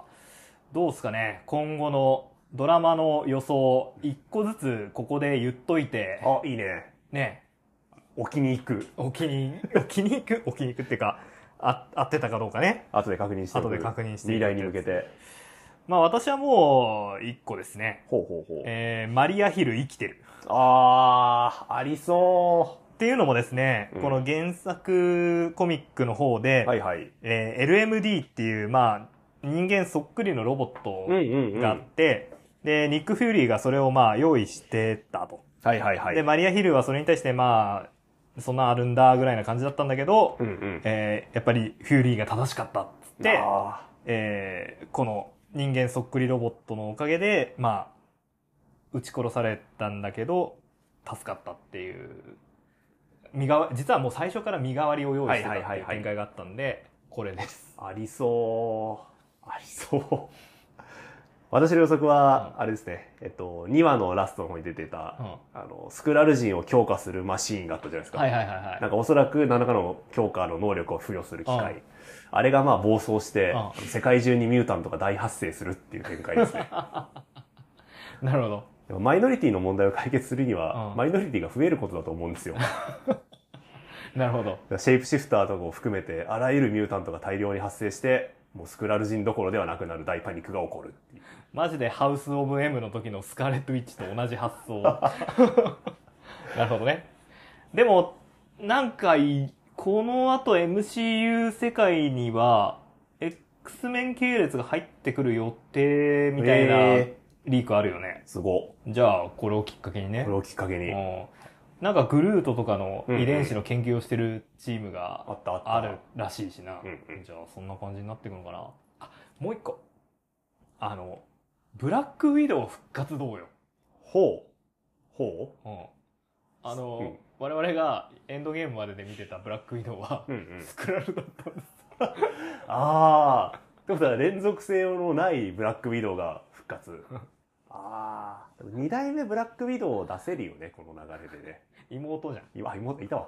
どうすかね、今後のドラマの予想、一個ずつここで言っといて。 あ、いいね。 ね。 置きに行く。 置きに行くっていうか、合ってたかどうかね。 後で確認して後で確認して。 未来に向けて。 まあ私はもう、一個ですね。マリアヒル生きてる。 ありそう。 っていうのもですね、この原作コミックの方で、LMD っていう、まあ、人間そっくりのロボットがあって、で、ニック・フューリーがそれをまあ用意してたと。で、マリア・ヒルはそれに対してまあ、そんなあるんだぐらいな感じだったんだけど、やっぱりフューリーが正しかったっつって、この人間そっくりロボットのおかげで、まあ、撃ち殺されたんだけど、助かったっていう、実はもう最初から身代わりを用意してたっていう展開があったんで、これです。 ありそう。私の予測は、あれですね、2話のラストの方に出てた、スクラル人を強化するマシーンがあったじゃないですか。なんかおそらく何らかの強化の能力を付与する機械。あれがまあ暴走して、世界中にミュータントが大発生するっていう展開ですね。 なるほど。 マイノリティの問題を解決するには、マイノリティが増えることだと思うんですよ。 なるほど。 シェイプシフターとかを含めて、あらゆるミュータントが大量に発生して、もうスクラル人どころではなくなる大パニックが起こるっていう。 マジでハウス・オブ・エムの時のスカーレット・ウィッチと同じ発想。なるほどね。でも、なんか、この後 MCU 世界には、X メン系列が入ってくる予定みたいなリークあるよね。 すご。 じゃあ、これをきっかけにね。 これをきっかけに。 なんかグルートとかの遺伝子の研究をしてるチームがあるらしいしな。じゃあそんな感じになっていくのかな。あ、もう一個。ブラックウィドウ復活どうよ。 ほう。 我々がエンドゲームまでで見てたブラックウィドウは、スクラルだったんです。 ああ。ってことは連続性のないブラックウィドウが復活。ああ。2代目ブラックウィドウを出せるよね、この流れでね。 妹じゃん。 妹いたわ。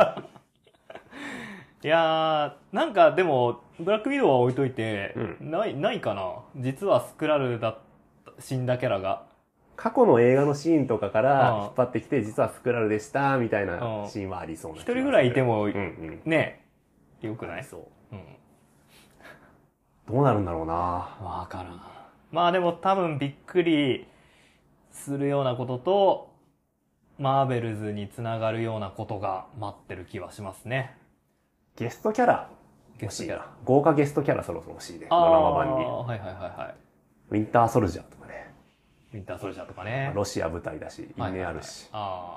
いやー、なんかでも、ブラックウィドウは置いといて、ないかな。実はスクラルだった、死んだキャラが。 過去の映画のシーンとかから引っ張ってきて、実はスクラルでした、みたいなシーンはありそうな。 一人ぐらいいても、ね、よくない？ そう。どうなるんだろうな。 わからん。まあでも多分びっくりするようなことと、マーベルズにつながるようなことが待ってる気はしますね。 ゲストキャラ欲しいな。豪華ゲストキャラそろそろ欲しいね。ドラマ版に。ウィンターソルジャーとかね。 ウィンターソルジャーとかね。 ロシア舞台だし、因縁あるし。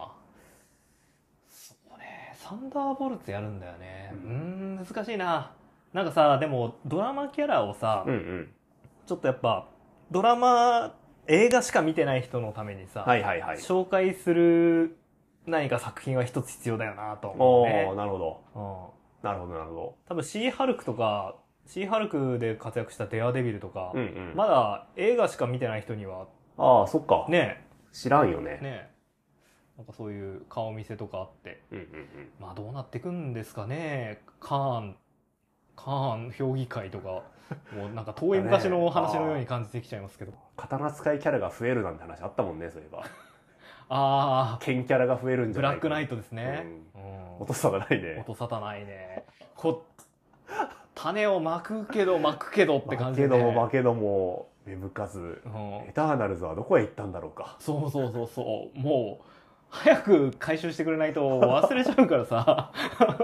そうね。サンダーボルツやるんだよね。難しいな。なんかさ、でもドラマキャラをさ、ちょっとやっぱ、映画しか見てない人のためにさ、紹介する何か作品は一つ必要だよなと思うね。 なるほど。なるほど。 多分シーハルクとか、シーハルクで活躍したデアデビルとか、まだ映画しか見てない人には、 ああ、そっか。 ね知らんよね。 ねなんかそういう顔見せとかあって、まあどうなってくんですかね。カーン評議会とかもうなんか遠い昔の話のように感じてきちゃいますけど、 刀使いキャラが増えるなんて話あったもんね、そういえば。 ああ、 剣キャラが増えるんじゃないか。 ブラックナイトですね。 音沙汰ないね。 音沙汰ないね。種をまくけどって感じで、ね。 まけども芽吹かず、エターナルズはどこへ行ったんだろうか。 そう。もう早く回収してくれないと忘れちゃうからさ。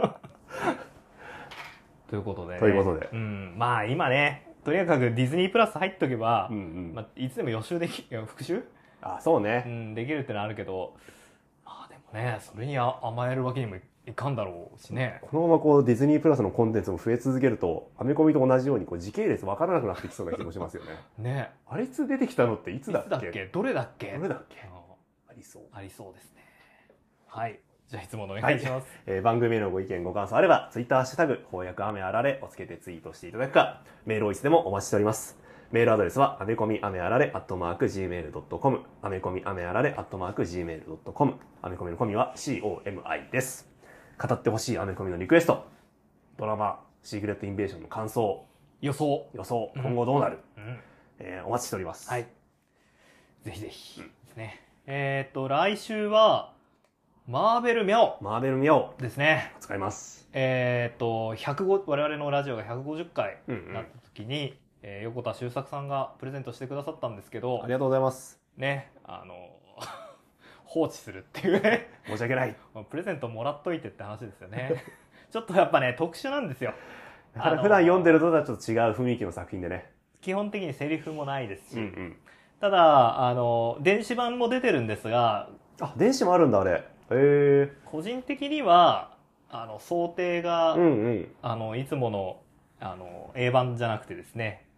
ということで、まあ今ね、とにかくディズニープラス入っとけば、まあ、いつでも予習できる、復習そうね、 できるってのはあるけど、まあでもね、それに甘えるわけにもいかんだろうしね。 このままこうディズニープラスのコンテンツも増え続けると、アメコミと同じようにこう時系列分からなくなってきそうな気もしますよね。 ね。 あれいつ出てきたのっていつだっけ？ どれだっけ？ ありそうですね。はい。じゃあいつものお願いします。 番組へのご意見ご感想あれば、ツイッターハッシュタグ翻訳雨あられをつけてツイートしていただくか、メールをいつでもお待ちしております。メールアドレスはアメコミアメあられ@gmail.com、アメコミアメあられ@gmail.com、アメコミのコミは COMI です。語ってほしいアメコミのリクエスト、ドラマシークレットインベーションの感想、 予想、 今後どうなる、お待ちしております。 はい。ぜひぜひですね。来週はマーベルミャオですね。 使います。 我々のラジオが150回になった時に、横田修作さんがプレゼントしてくださったんですけど、 ありがとうございます。 ね、放置するっていうね。 申し訳ない。 プレゼントもらっといてって話ですよね。ちょっとやっぱね、特殊なんですよ。 だから普段読んでるとはちょっと違う雰囲気の作品でね。 基本的にセリフもないですし、ただ、電子版も出てるんですが、 電子もあるんだ、あれ。 個人的には想定が、いつものA 版じゃなくてですね、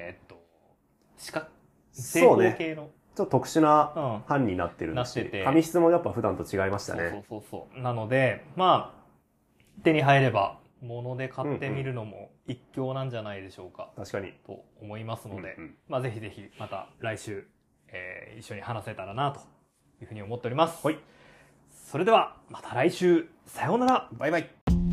正方形の、 ちょっと特殊な版になってるし、紙質もやっぱ普段と違いましたね。 そうなので、まあ手に入れば物で買ってみるのも一興なんじゃないでしょうか。 確かにと思いますので、まあぜひぜひまた来週、一緒に話せたらなというふうに思っております。はい。それではまた来週、さようなら。 バイバイ。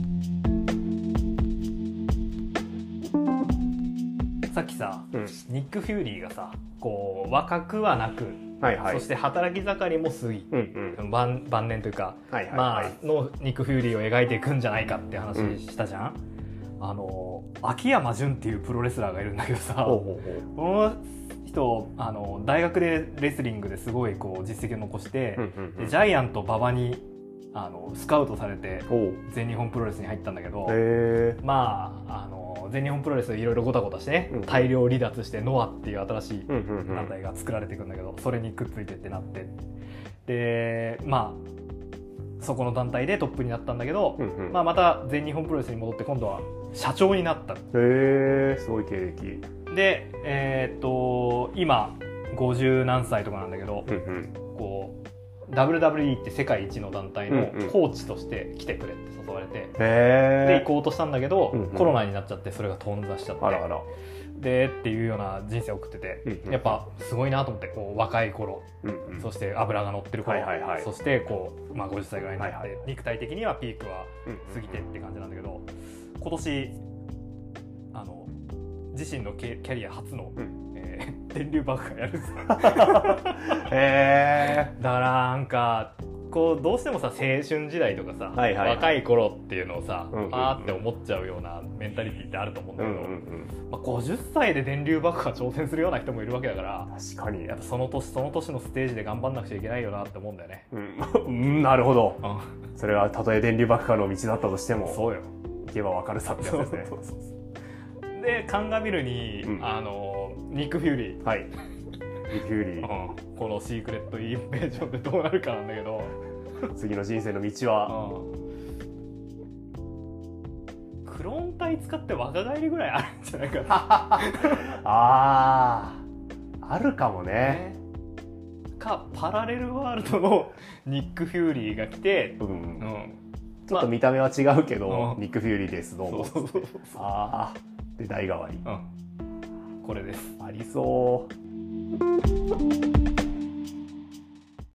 さっきさ、ニック・フューリーがさ、こう若くはなく、そして働き盛りも過ぎ、晩年というか、のニック・フューリーを描いていくんじゃないかって話したじゃん。秋山純っていうプロレスラーがいるんだけどさ、この人大学でレスリングですごいこう実績を残して、ジャイアント馬場にスカウトされて全日本プロレスに入ったんだけど、まあ全日本プロレスでいろいろごたごたしてね、大量離脱してノアっていう新しい団体が作られていくんだけど、それにくっついてってなって、でまあそこの団体でトップになったんだけど、まあまた全日本プロレスに戻って今度は社長になった。 すごい経歴で、今50何歳とかなんだけど、こう WWE って世界一の団体のコーチとして来てくれって誘われて、で行こうとしたんだけど、コロナになっちゃってそれが頓挫しちゃって、でっていうような人生を送ってて、やっぱすごいなと思って、こう若い頃、そして脂が乗ってる頃、そしてこう、まあ、50歳ぐらいになって、肉体的にはピークは過ぎてって感じなんだけど、今年自身のキャリア初の、電流爆破やるんですよ。だからなんかこうどうしてもさ、青春時代とかさ、若い頃っていうのをさ、あーって思っちゃうようなメンタリティってあると思うんだけど、まあ、50歳で電流爆破挑戦するような人もいるわけだから、 確かにやっぱその年のステージで頑張んなくちゃいけないよなって思うんだよね。 なるほど。それはたとえ電流爆破の道だったとしても、 そうよ、 行けば分かるさってやつですね。 で鑑みるに、ニック・フューリー、 ニック・フューリー、 このシークレットインベージョンでどうなるかなんだけど、 次の人生の道は、 クローン体使って若返りぐらいあるんじゃないかな。 あるかもね。 かパラレルワールドのニック・フューリーが来て、 ちょっと見た目は違うけど、ニック・フューリーですどうも。で代替わり、 これです。 ありそう。